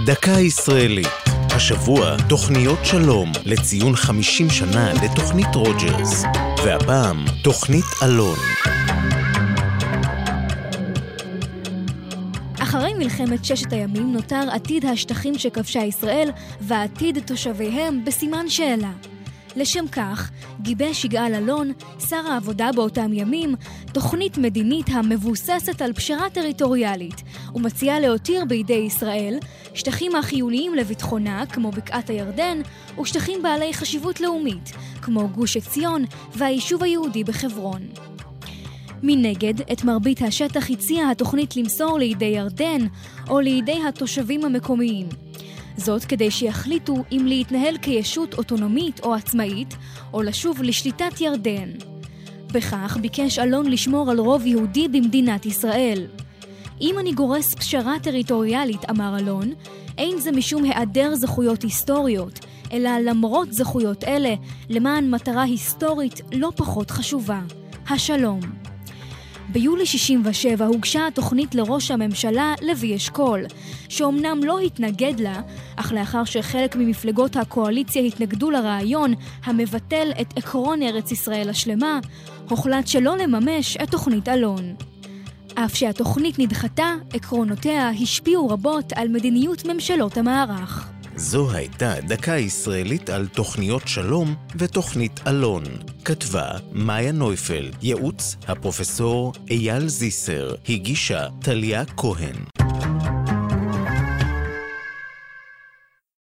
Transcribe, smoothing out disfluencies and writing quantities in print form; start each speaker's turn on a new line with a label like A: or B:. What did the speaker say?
A: דקה ישראלית. השבוע תוכניות שלום לציון 50 שנה לתוכנית רוג'רס. והפעם תוכנית אלון.
B: אחרי מלחמת ששת הימים נותר עתיד השטחים שכבשה ישראל ועתיד תושביהם בסימן שאלה. לשם כך גיבש יגאל אלון, שר העבודה באותם ימים, תוכנית מדינית המבוססת על פשרה טריטוריאלית ומציעה להותיר בידי ישראל שטחים החיוניים לביטחונה כמו בקעת הירדן ושטחים בעלי חשיבות לאומית כמו גוש עציון והיישוב היהודי בחברון. מנגד, את מרבית השטח הציעה התוכנית למסור לידי ירדן או לידי התושבים המקומיים. זאת כדי שיחליטו אם להתנהל כישות אוטונומית או עצמאית, או לשוב לשליטת ירדן. בכך ביקש אלון לשמור על רוב יהודי במדינת ישראל. אם אני גורס פשרה טריטוריאלית, אמר אלון, אין זה משום היעדר זכויות היסטוריות, אלא למרות זכויות אלה, למען מטרה היסטורית לא פחות חשובה, השלום. ביולי 67 הוגשה התוכנית לראש הממשלה לוי אשכול, שאומנם לא התנגד לה, אך לאחר שחלק ממפלגות הקואליציה התנגדו לרעיון המבטל את עקרון ארץ ישראל השלמה, הוחלט שלא לממש את תוכנית אלון. אף שהתוכנית נדחתה, עקרונותיה השפיעו רבות על מדיניות ממשלות המערך.
A: זו הייתה דקה ישראלית על תוכניות שלום ותוכנית אלון. כתבה מאיה נויפלד, ייעוץ הפרופסור אייל זיסר, הגישה טליה כהן.